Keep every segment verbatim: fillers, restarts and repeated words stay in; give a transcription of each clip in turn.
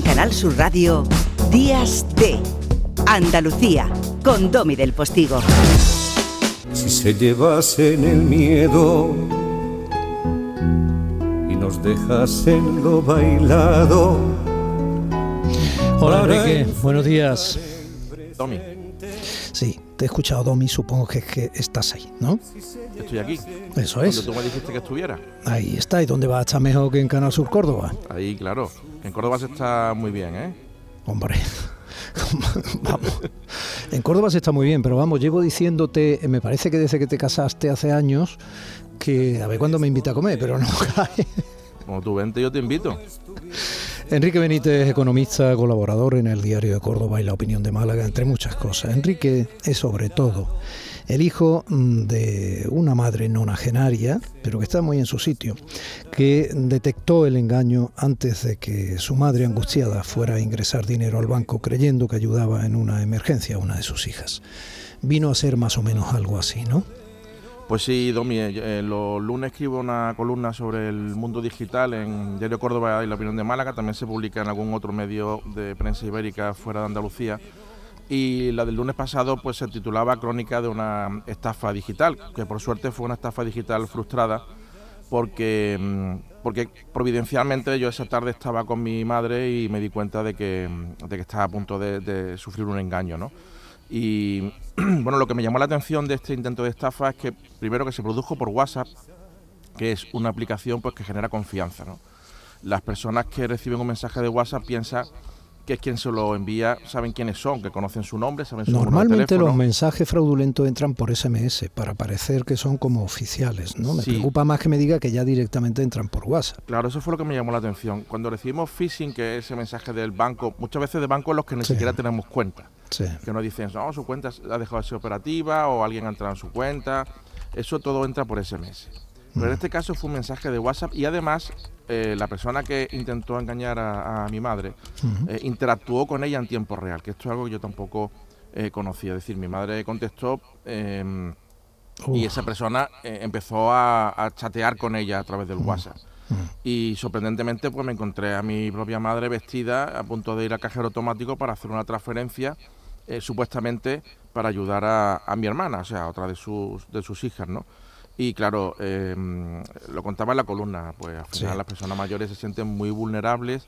En Canal Sur Radio, Días de Andalucía, con Domi del Postigo. Si se llevasen el miedo y nos dejasen lo bailado. Hola Enrique, buenos días. Domi. Sí, te he escuchado, Domi, supongo que es que estás ahí, ¿no? Estoy aquí. Eso es. Donde tú me dijiste que estuviera. Ahí está, ¿y dónde va a estar mejor que en Canal Sur Córdoba? Ahí, claro. En Córdoba se está muy bien, ¿eh? Hombre, vamos. En Córdoba se está muy bien, pero vamos, llevo diciéndote, me parece que desde que te casaste hace años, que a ver cuándo me invita a comer, pero no cae. Como tú vente, yo te invito. Enrique Benítez, economista, colaborador en el Diario de Córdoba y La Opinión de Málaga, entre muchas cosas. Enrique es sobre todo el hijo de una madre nonagenaria, pero que está muy en su sitio, que detectó el engaño antes de que su madre, angustiada, fuera a ingresar dinero al banco creyendo que ayudaba en una emergencia a una de sus hijas. Vino a ser más o menos algo así, ¿no? Pues sí, Domi, eh, los lunes escribo una columna sobre el mundo digital en Diario Córdoba y La Opinión de Málaga, también se publica en algún otro medio de prensa ibérica fuera de Andalucía, y la del lunes pasado pues se titulaba Crónica de una estafa digital, que por suerte fue una estafa digital frustrada, porque, porque providencialmente yo esa tarde estaba con mi madre y me di cuenta de que, de que estaba a punto de, de sufrir un engaño, ¿no? Y bueno, lo que me llamó la atención de este intento de estafa es que primero que se produjo por WhatsApp, que es una aplicación pues que genera confianza, ¿no? Las personas que reciben un mensaje de WhatsApp piensan que es quien se lo envía, saben quiénes son, que conocen su nombre, saben su número de Normalmente teléfono. los mensajes fraudulentos entran por ese eme ese para parecer que son como oficiales, ¿no? Me Sí. preocupa más que me diga que ya directamente entran por WhatsApp. Claro, eso fue lo que me llamó la atención. Cuando recibimos phishing, que es ese mensaje del banco, muchas veces de bancos en los que ni Sí. siquiera tenemos cuenta, Sí. que nos dicen, no, su cuenta ha dejado de ser operativa o alguien ha entrado en su cuenta, eso todo entra por ese eme ese. Pero en este caso fue un mensaje de WhatsApp y además eh, la persona que intentó engañar a, a mi madre Uh-huh. eh, interactuó con ella en tiempo real, que esto es algo que yo tampoco eh, conocía. Es decir, mi madre contestó eh, y esa persona eh, empezó a, a chatear con ella a través del Uh-huh. WhatsApp. Y sorprendentemente pues me encontré a mi propia madre vestida a punto de ir al cajero automático para hacer una transferencia eh, supuestamente para ayudar a, a mi hermana, o sea, a otra de sus, de sus hijas, ¿no? Y claro, eh, lo contaba en la columna, pues al final Sí. las personas mayores se sienten muy vulnerables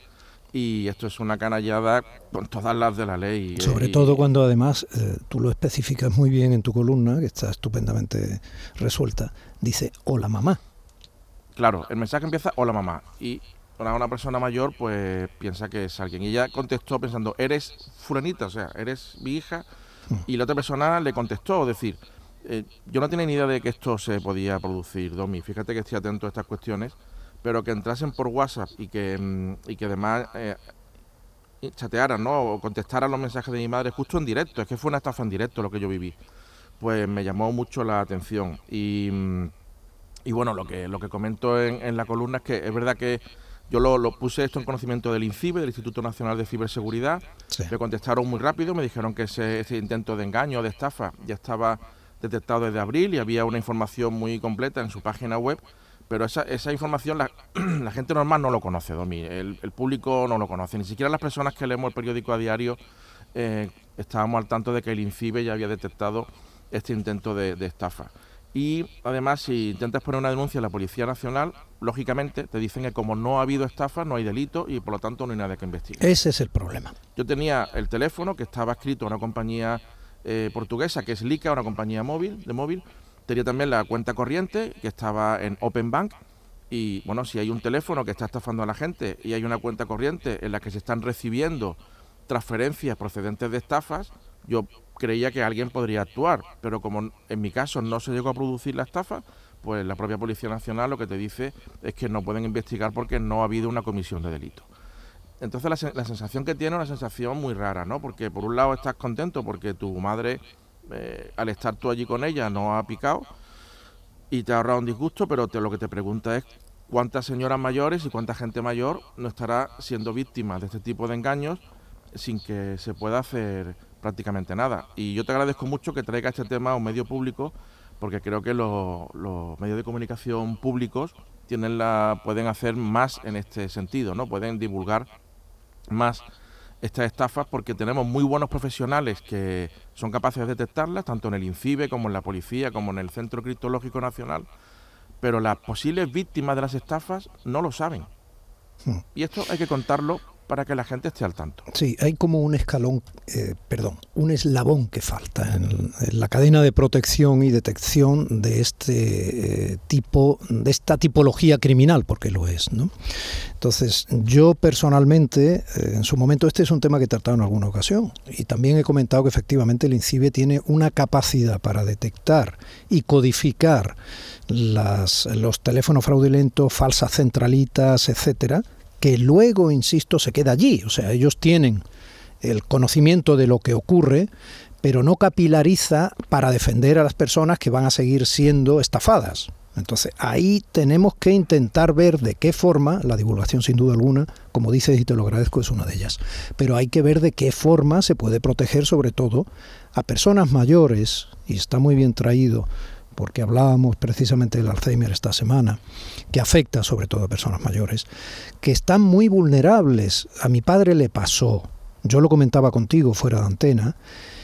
y esto es una canallada con todas las de la ley. Sobre y, todo cuando además eh, tú lo especificas muy bien en tu columna, que está estupendamente resuelta, dice, hola mamá. Claro, el mensaje empieza, hola mamá, y para una persona mayor pues piensa que es alguien. Y ella contestó pensando, eres fulanita, o sea, eres mi hija, y la otra persona le contestó, es decir, eh, yo no tenía ni idea de que esto se podía producir, Domi, fíjate que estoy atento a estas cuestiones, pero que entrasen por WhatsApp y que, mm, y que además eh, chatearan, ¿no? O contestaran los mensajes de mi madre justo en directo, es que fue una estafa en directo lo que yo viví, pues me llamó mucho la atención. Y, mm, y bueno, lo que, lo que comento en, en la columna es que es verdad que yo lo, lo puse esto en conocimiento del INCIBE, del Instituto Nacional de Ciberseguridad, Sí. me contestaron muy rápido, me dijeron que ese, ese intento de engaño, de estafa, ya estaba detectado desde abril y había una información muy completa en su página web, pero esa, esa información la, la gente normal no lo conoce, Domi, el, el público no lo conoce, ni siquiera las personas que leemos el periódico a diario eh, estábamos al tanto de que el INCIBE ya había detectado este intento de, de estafa. Y además, si intentas poner una denuncia a la Policía Nacional, lógicamente te dicen que como no ha habido estafa, no hay delito y por lo tanto no hay nada que investigar. Ese es el problema. Yo tenía el teléfono que estaba escrito a una compañía eh, portuguesa que es Lica, una compañía móvil de móvil. Tenía también la cuenta corriente que estaba en Open Bank. Y bueno, si hay un teléfono que está estafando a la gente y hay una cuenta corriente en la que se están recibiendo transferencias procedentes de estafas, yo creía que alguien podría actuar, pero como en mi caso no se llegó a producir la estafa, pues la propia Policía Nacional lo que te dice es que no pueden investigar porque no ha habido una comisión de delito. Entonces la, la sensación que tiene es una sensación muy rara, ¿no? Porque por un lado estás contento porque tu madre, eh, al estar tú allí con ella, no ha picado y te ha ahorrado un disgusto, pero te, lo que te pregunta es cuántas señoras mayores y cuánta gente mayor no estará siendo víctima de este tipo de engaños sin que se pueda hacer prácticamente nada. Y yo te agradezco mucho que traiga este tema a un medio público, porque creo que los, los medios de comunicación públicos tienen la, pueden hacer más en este sentido, ¿no? Pueden divulgar más estas estafas, porque tenemos muy buenos profesionales que son capaces de detectarlas, tanto en el INCIBE como en la policía, como en el Centro Criptológico Nacional, pero las posibles víctimas de las estafas no lo saben. Hmm. Y esto hay que contarlo para que la gente esté al tanto. Sí, hay como un escalón, eh, perdón, un eslabón que falta en, en la cadena de protección y detección de este eh, tipo, de esta tipología criminal, porque lo es, ¿no? Entonces, yo personalmente, eh, en su momento, este es un tema que he tratado en alguna ocasión, y también he comentado que efectivamente el INCIBE tiene una capacidad para detectar y codificar las, los teléfonos fraudulentos, falsas centralitas, etcétera, que luego, insisto, se queda allí. O sea, ellos tienen el conocimiento de lo que ocurre, pero no capilariza para defender a las personas que van a seguir siendo estafadas. Entonces, ahí tenemos que intentar ver de qué forma, la divulgación sin duda alguna, como dices y te lo agradezco, es una de ellas, pero hay que ver de qué forma se puede proteger sobre todo a personas mayores, y está muy bien traído, porque hablábamos precisamente del Alzheimer esta semana, que afecta sobre todo a personas mayores, que están muy vulnerables. A mi padre le pasó, yo lo comentaba contigo fuera de antena,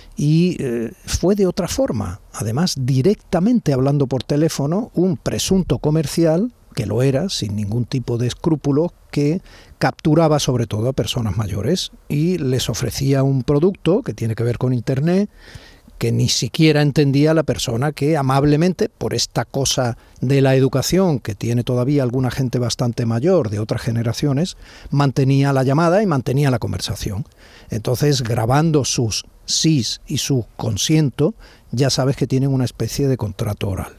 y eh, fue de otra forma. Además, directamente hablando por teléfono, un presunto comercial, que lo era, sin ningún tipo de escrúpulos, que capturaba sobre todo a personas mayores y les ofrecía un producto que tiene que ver con Internet, que ni siquiera entendía la persona que amablemente, por esta cosa de la educación que tiene todavía alguna gente bastante mayor de otras generaciones, mantenía la llamada y mantenía la conversación. Entonces, grabando sus sís y su consiento, ya sabes que tienen una especie de contrato oral.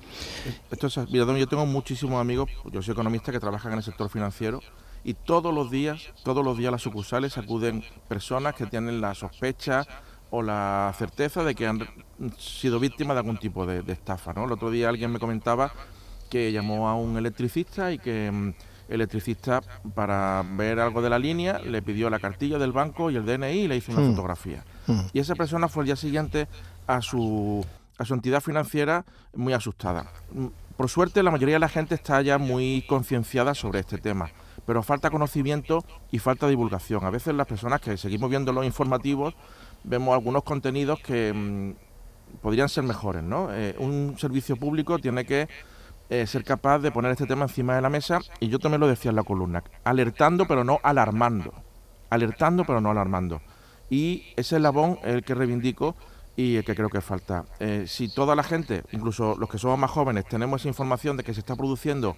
Esto es, mira, yo tengo muchísimos amigos, yo soy economista, que trabajan en el sector financiero, y todos los días, todos los días a las sucursales acuden personas que tienen la sospecha o la certeza de que han sido víctimas de algún tipo de, de estafa, ¿no? El otro día alguien me comentaba que llamó a un electricista y que el electricista, para ver algo de la línea, le pidió la cartilla del banco y el D N I y le hizo una mm. fotografía. Mm. Y esa persona fue el día siguiente a su, a su entidad financiera muy asustada. Por suerte, la mayoría de la gente está ya muy concienciada sobre este tema, pero falta conocimiento y falta divulgación. A veces las personas que seguimos viendo los informativos vemos algunos contenidos que mmm, podrían ser mejores, ¿no? Eh, un servicio público tiene que eh, ser capaz de poner este tema encima de la mesa, y yo también lo decía en la columna, alertando pero no alarmando, alertando pero no alarmando. Y ese eslabón es el que reivindico y el que creo que falta. Eh, si toda la gente, incluso los que somos más jóvenes, tenemos esa información de que se está produciendo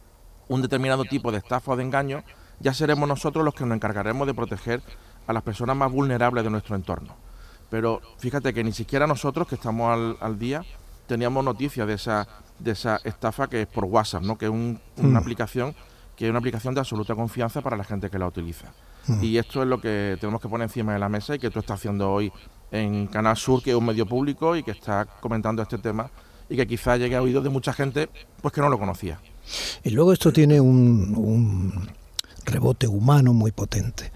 un determinado tipo de estafa o de engaño, ya seremos nosotros los que nos encargaremos de proteger a las personas más vulnerables de nuestro entorno. Pero fíjate que ni siquiera nosotros, que estamos al, al día, teníamos noticias de esa, de esa estafa que es por WhatsApp, ¿no? Que es un, una mm. aplicación que es una aplicación de absoluta confianza para la gente que la utiliza. Mm. Y esto es lo que tenemos que poner encima de la mesa y que tú estás haciendo hoy en Canal Sur, que es un medio público y que está comentando este tema y que quizá llegue a oídos de mucha gente pues que no lo conocía. Y luego esto tiene un, un rebote humano muy potente.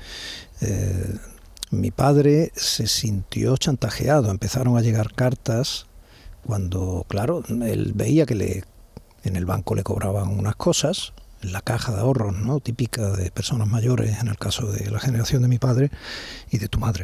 Eh, mi padre se sintió chantajeado, empezaron a llegar cartas cuando, claro, él veía que le, en el banco le cobraban unas cosas, en la caja de ahorros, ¿no?, típica de personas mayores, en el caso de la generación de mi padre y de tu madre.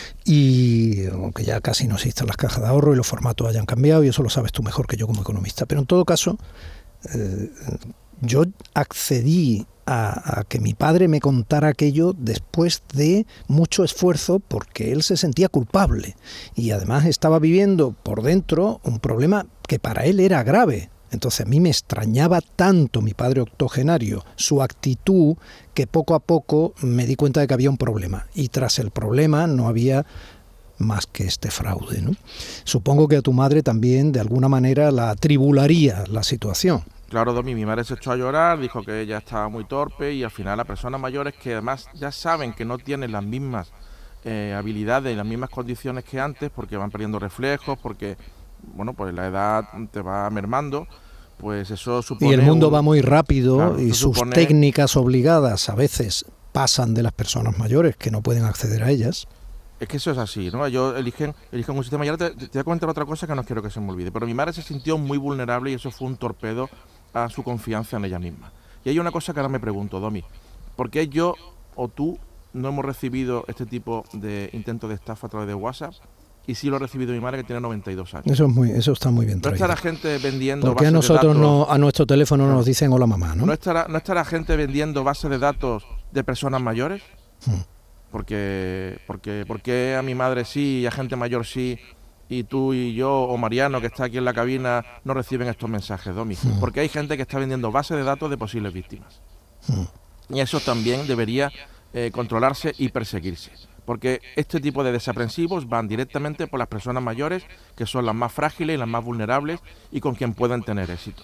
Y aunque ya casi no existen las cajas de ahorro y los formatos hayan cambiado, y eso lo sabes tú mejor que yo como economista, pero en todo caso, eh, yo accedí A, a que mi padre me contara aquello después de mucho esfuerzo, porque él se sentía culpable y además estaba viviendo por dentro un problema que para él era grave. Entonces a mí me extrañaba tanto mi padre octogenario, su actitud, que poco a poco me di cuenta de que había un problema, y tras el problema no había más que este fraude, ¿no? Supongo que a tu madre también de alguna manera la atribularía la situación. Claro, Domi, mi madre se echó a llorar, dijo que ella estaba muy torpe, y al final las personas mayores que además ya saben que no tienen las mismas eh, habilidades y las mismas condiciones que antes, porque van perdiendo reflejos, porque bueno, pues la edad te va mermando, pues eso supone... Y el mundo un, va muy rápido, claro, y sus supone, técnicas obligadas a veces pasan de las personas mayores que no pueden acceder a ellas. Es que eso es así, ¿no? Ellos eligen, eligen un sistema. Y ahora te, te voy a comentar otra cosa que no quiero que se me olvide. Pero mi madre se sintió muy vulnerable y eso fue un torpedo a su confianza en ella misma. Y hay una cosa que ahora me pregunto, Domi, ¿por qué yo o tú no hemos recibido este tipo de intentos de estafa a través de WhatsApp, y sí lo ha recibido mi madre, que tiene noventa y dos años. Eso es muy, eso está muy bien No traído. estará gente vendiendo Porque bases a nosotros de datos, no, a nuestro teléfono no nos dicen hola mamá, ¿no? ¿no estará, no estará gente vendiendo bases de datos de personas mayores? Hmm. Porque, porque, porque a mi madre sí y a gente mayor sí, y tú y yo o Mariano, que está aquí en la cabina, no reciben estos mensajes, Domi. Hmm. Porque hay gente que está vendiendo bases de datos de posibles víctimas. Hmm. Y eso también debería eh, controlarse y perseguirse. Porque este tipo de desaprensivos van directamente por las personas mayores, que son las más frágiles y las más vulnerables, y con quien puedan tener éxito.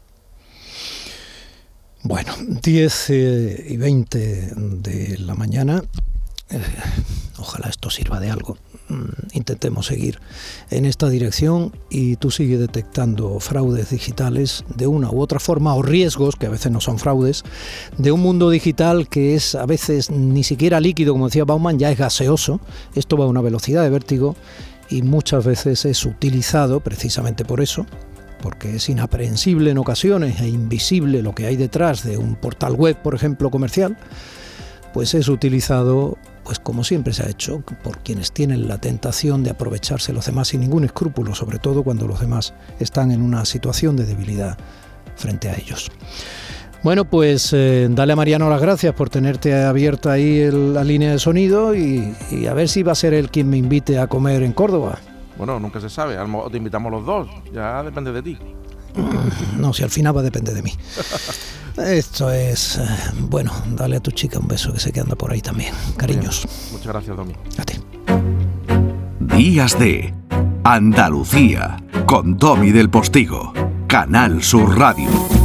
Bueno, diez eh, y veinte de la mañana. Eh, ojalá esto sirva de algo. Intentemos seguir en esta dirección y tú sigues detectando fraudes digitales de una u otra forma, o riesgos, que a veces no son fraudes, de un mundo digital que es a veces ni siquiera líquido, como decía Bauman, ya es gaseoso. Esto va a una velocidad de vértigo y muchas veces es utilizado precisamente por eso, porque es inaprehensible en ocasiones e invisible lo que hay detrás de un portal web, por ejemplo, comercial. Pues es utilizado, pues como siempre se ha hecho, por quienes tienen la tentación de aprovecharse de los demás sin ningún escrúpulo, sobre todo cuando los demás están en una situación de debilidad frente a ellos. Bueno, pues eh, dale a Mariano las gracias por tenerte abierta ahí el, la línea de sonido y, y a ver si va a ser él quien me invite a comer en Córdoba. Bueno, nunca se sabe, a lo mejor te invitamos los dos, ya depende de ti. No, si al final va a depender de mí. Esto es... Bueno, dale a tu chica un beso, que sé que anda por ahí también. Cariños. Bien. Muchas gracias, Domi. A ti. Días de Andalucía, con Domi del Postigo, Canal Sur Radio.